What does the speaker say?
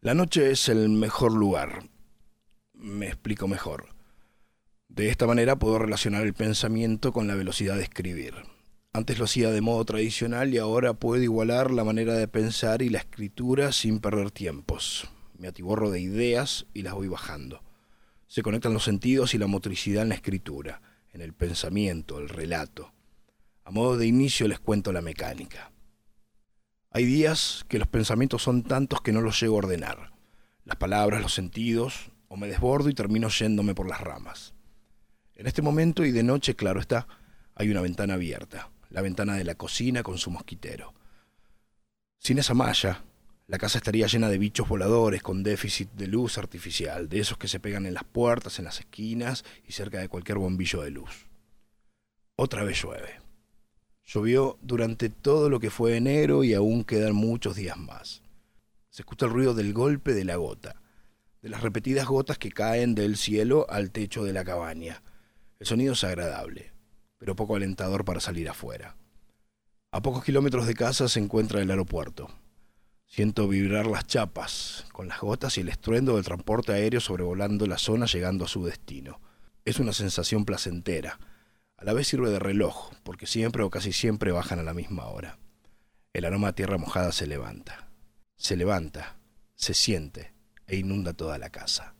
La noche es el mejor lugar. Me explico mejor. De esta manera puedo relacionar el pensamiento con la velocidad de escribir. Antes lo hacía de modo tradicional y ahora puedo igualar la manera de pensar y la escritura sin perder tiempos. Me atiborro de ideas y las voy bajando. Se conectan los sentidos y la motricidad en la escritura, en el pensamiento, el relato. A modo de inicio les cuento la mecánica. Hay días que los pensamientos son tantos que no los llego a ordenar. Las palabras, los sentidos, o me desbordo y termino yéndome por las ramas. En este momento y de noche, claro está, hay una ventana abierta, la ventana de la cocina con su mosquitero. Sin esa malla, la casa estaría llena de bichos voladores con déficit de luz artificial, de esos que se pegan en las puertas, en las esquinas y cerca de cualquier bombillo de luz. Otra vez llueve. Llovió durante todo lo que fue enero y aún quedan muchos días más. Se escucha el ruido del golpe de la gota, de las repetidas gotas que caen del cielo al techo de la cabaña. El sonido es agradable, pero poco alentador para salir afuera. A pocos kilómetros de casa se encuentra el aeropuerto. Siento vibrar las chapas, con las gotas y el estruendo del transporte aéreo sobrevolando la zona llegando a su destino. Es una sensación placentera. A la vez sirve de reloj, porque siempre o casi siempre bajan a la misma hora. El aroma a tierra mojada se levanta, se siente e inunda toda la casa.